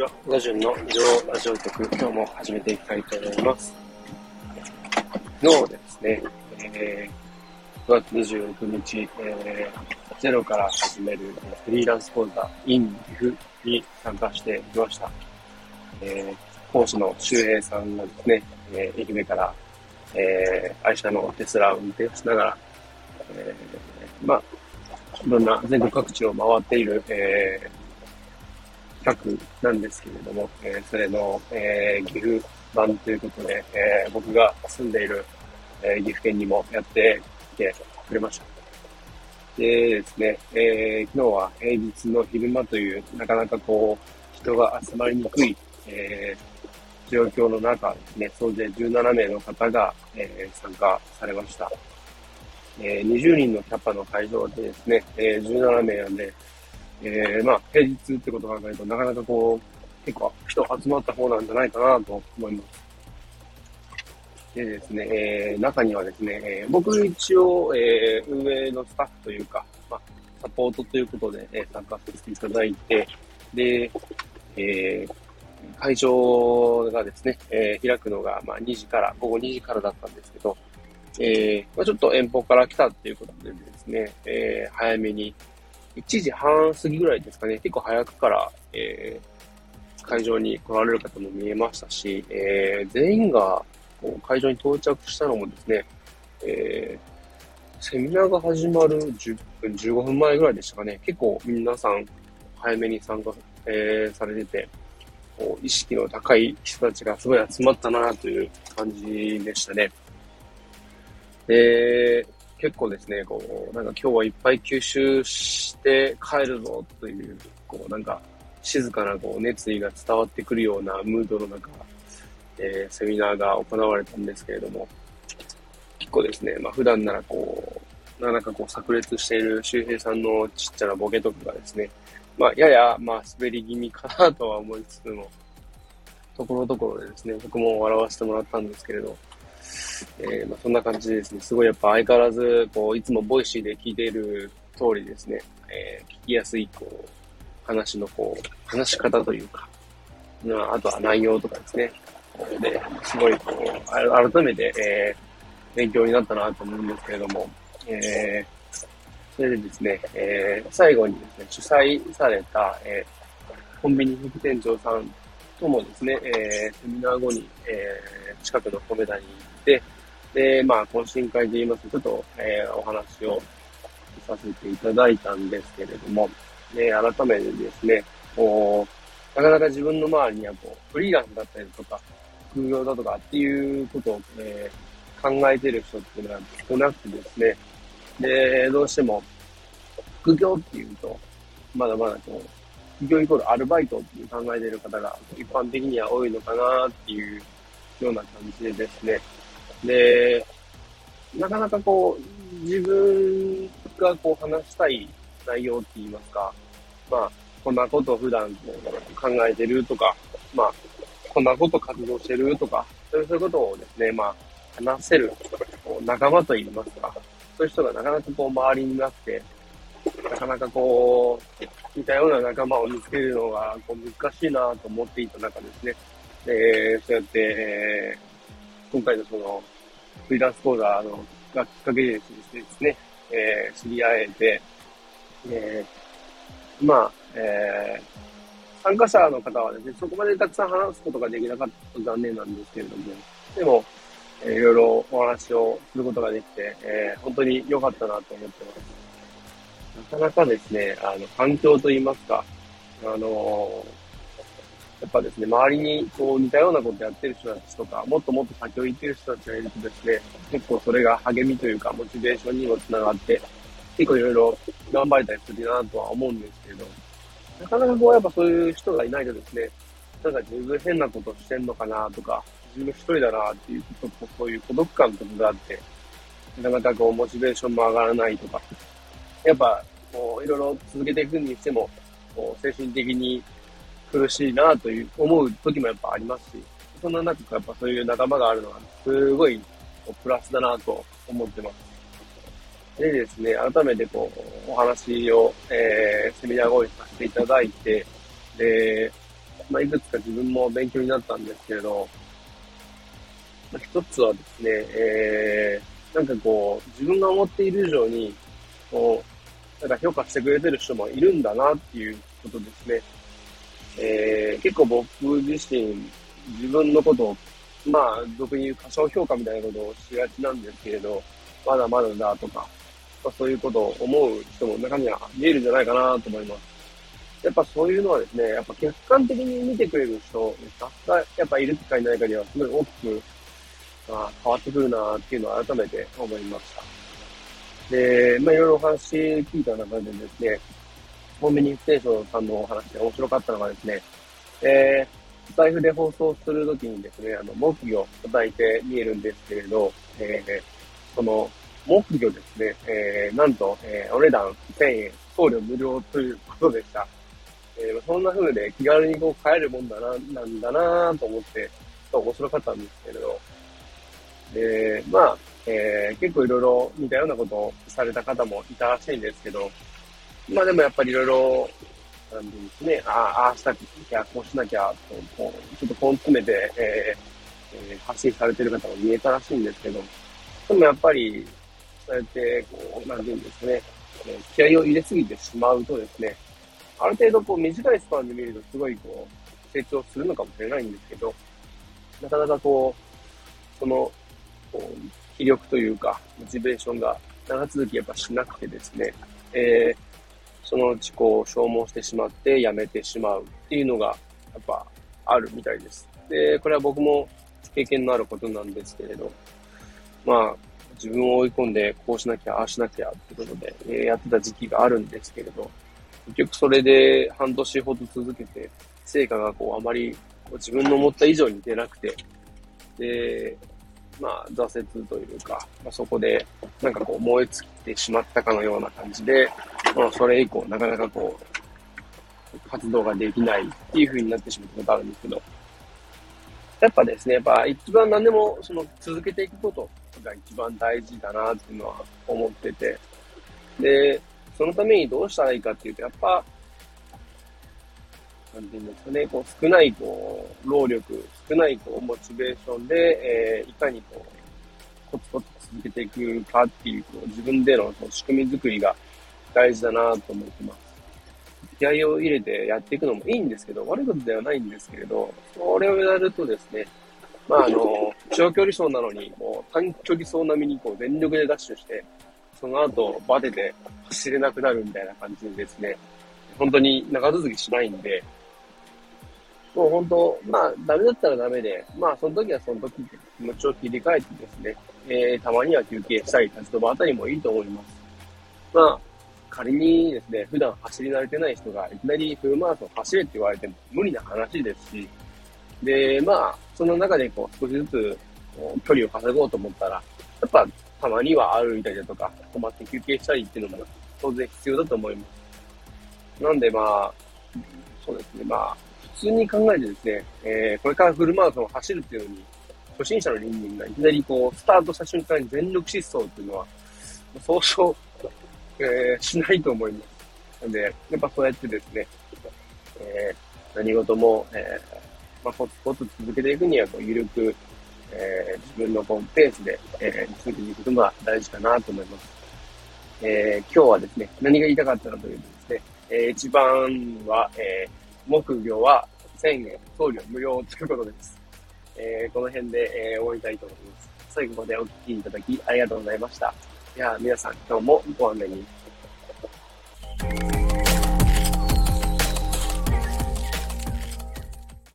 ちは。ガジュンの移動ラジオ局、今日も始めていきたいと思います。昨日ですね、9月26日、ゼロから始めるフリーランス講座 in 岐阜に参加してきました。講師の周平さんがですね、愛媛から、愛車のテスラを運転しながら、いろんな全国各地を回っている、企画なんですけれども、それの、岐阜版ということで、僕が住んでいる、岐阜県にもやってきてくれました。でですね、昨日は平日の昼間という、なかなか人が集まりにくい、状況の中ですね、総勢17名の方が、参加されました。20人のキャパの会場でですね、17名なんで、平日ってことを考えると、なかなか結構人集まった方なんじゃないかなと思います。でですね、中にはですね、僕一応、運営のスタッフというか、サポートということで、参加させていただいて、で、会場がですね、開くのが、2時から、午後2時からだったんですけど、ちょっと遠方から来たっていうことでですね、早めに、1時半過ぎぐらいですかね、結構早くから、会場に来られる方も見えましたし、全員が会場に到着したのもですね、セミナーが始まる10分、15分前ぐらいでしたかね、結構皆さん早めに参加、されてて、意識の高い人たちがすごい集まったなという感じでしたね。で、結構ですね、なんか今日はいっぱい吸収して帰るぞという、なんか静かな熱意が伝わってくるようなムードの中、セミナーが行われたんですけれども、結構ですね、普段ならなかなか炸裂している周平さんのちっちゃなボケとかがですね、やや、滑り気味かなとは思いつつも、ところどころでですね、僕も笑わせてもらったんですけれど、そんな感じでですね、すごいやっぱ相変わらず、いつもボイシーで聞いている通りですね、聞きやすい、話の話し方というか、あとは内容とかですね、で、すごい改めて、勉強になったなと思うんですけれども、それでですね、最後にですね、主催された、コンビニ副店長さんともですね、セミナー後に、近くの米田に行って、で、懇親会で言いますと、ちょっと、お話をさせていただいたんですけれども、改めてですね、なかなか自分の周りにはフリーランスだったりとか、副業だとかっていうことを、考えている人っていうのは少なくてですね、で、どうしても、副業っていうと、まだまだ副業イコールアルバイトっていう考えている方が一般的には多いのかなっていうような感じでですね、で、なかなか自分が話したい内容って言いますか、こんなことを普段考えてるとか、こんなこと活動してるとか、そういうことをですね、話せる仲間と言いますか、そういう人がなかなか周りになくて、なかなか似たような仲間を見つけるのが難しいなと思っていた中ですね、そうやって、今回のフリーランス講座がきっかけでですね、知り合えて、参加者の方はですね、そこまでたくさん話すことができなかったと残念なんですけれども、でも、いろいろお話をすることができて、本当に良かったなと思ってます。なかなかですね、環境といいますか、やっぱですね、周りに似たようなことやってる人たちとか、もっともっと先を行ってる人たちがいるとですね、結構それが励みというか、モチベーションにもつながって、結構いろいろ頑張れたりするなとは思うんですけど、なかなかやっぱそういう人がいないとですね、なんか自分変なことしてんのかなとか、自分一人だなっていうことと、そういう孤独感とかがあって、なかなかモチベーションも上がらないとか、やっぱいろいろ続けていくにしても、精神的に苦しいなという思う時もやっぱありますし、そんな中やっぱそういう仲間があるのはすごいプラスだなと思ってます。でですね、改めてお話を、セミナー後にさせていただいて、で、 いくつか自分も勉強になったんですけれど、一つはですね、なんかこう、自分が思っている以上に、こなんか評価してくれてる人もいるんだなっていうことですね。結構僕自身、自分のことを、俗に言う過小評価みたいなことをしがちなんですけれど、まだまだだとか、そういうことを思う人も中には見えるんじゃないかなと思います。やっぱそういうのはですね、やっぱ客観的に見てくれる人がやっぱいるかいないかではすごい大きく変わってくるなっていうのを改めて思いました。で、いろいろお話聞いた中でですね、コンビニステーションさんのお話で面白かったのがですね、スタイフで放送するときにですね、木魚を叩いて見えるんですけれど、その木魚ですね、なんと、お値段1000円、送料無料ということでした。そんな風で気軽にこう買えるもんだな、なんだなと思って、ちょっと面白かったんですけれど、で、結構いろいろ似たようなことをされた方もいたらしいんですけど、でもやっぱりいろいろ、なんていうんですね、ああしたきゃ、こうしなきゃ、こう、ちょっと根詰めて、発信されてる方も見えたらしいんですけど、でもやっぱり、そうやって、こう、なんていうんですかね、気合を入れすぎてしまうとですね、ある程度こう短いスパンで見るとすごいこう、成長するのかもしれないんですけど、なかなかこう、こう、気力というか、モチベーションが長続きやっぱしなくてですね、そのうちこう消耗してしまってやめてしまうっていうのがやっぱあるみたいです。で、これは僕も経験のあることなんですけれど、自分を追い込んでこうしなきゃ、ああしなきゃってことで、やってた時期があるんですけれど、結局それで半年ほど続けて、成果がこうあまりこう自分の思った以上に出なくて、で、挫折というか、そこで、なんかこう、燃え尽きてしまったかのような感じで、それ以降、なかなかこう、活動ができないっていう風になってしまったことあるんですけど、やっぱですね、やっぱ一番何でも、続けていくことが一番大事だなっていうのは思ってて、で、そのためにどうしたらいいかっていうと、やっぱ、なんていうんですかね、こう、少ないこう、労力、少ないこう、モチベーションで、いかにこう、コツコツ続けていくかっていう、こう自分でのこう仕組み作りが大事だなと思ってます。気合を入れてやっていくのもいいんですけど、悪いことではないんですけれど、それをやるとですね、長距離走なのに、もう短距離走並みにこう全力でダッシュして、その後バテて走れなくなるみたいな感じでですね、本当に長続きしないんで、もう本当、ダメだったらダメで、その時はその時で気持ちを切り替えてですね、たまには休憩したり、立ち止まったりもいいと思います。仮にですね、普段走り慣れてない人がいきなりフルマラソン走れって言われても無理な話ですし、で、その中でこう少しずつ距離を稼ごうと思ったら、やっぱたまには歩いたりだとか、止まって休憩したりっていうのも当然必要だと思います。なんでそうですね、普通に考えてですね、これからフルマラソンを走るっていうのに、初心者の人間がいきなりこう、スタートした瞬間に全力疾走っていうのは、そうそう、しないと思います。なんで、やっぱそうやってですね、何事も、コツコツ続けていくには、こう、緩く、自分のこうペースで、続けていくのが大事かなと思います。今日はですね、何が言いたかったかというとですね、一番は、木魚は1000円、送料無料ということです。この辺で、終わりたいと思います。最後までお聞きいただきありがとうございました。皆さん今日もご安全に。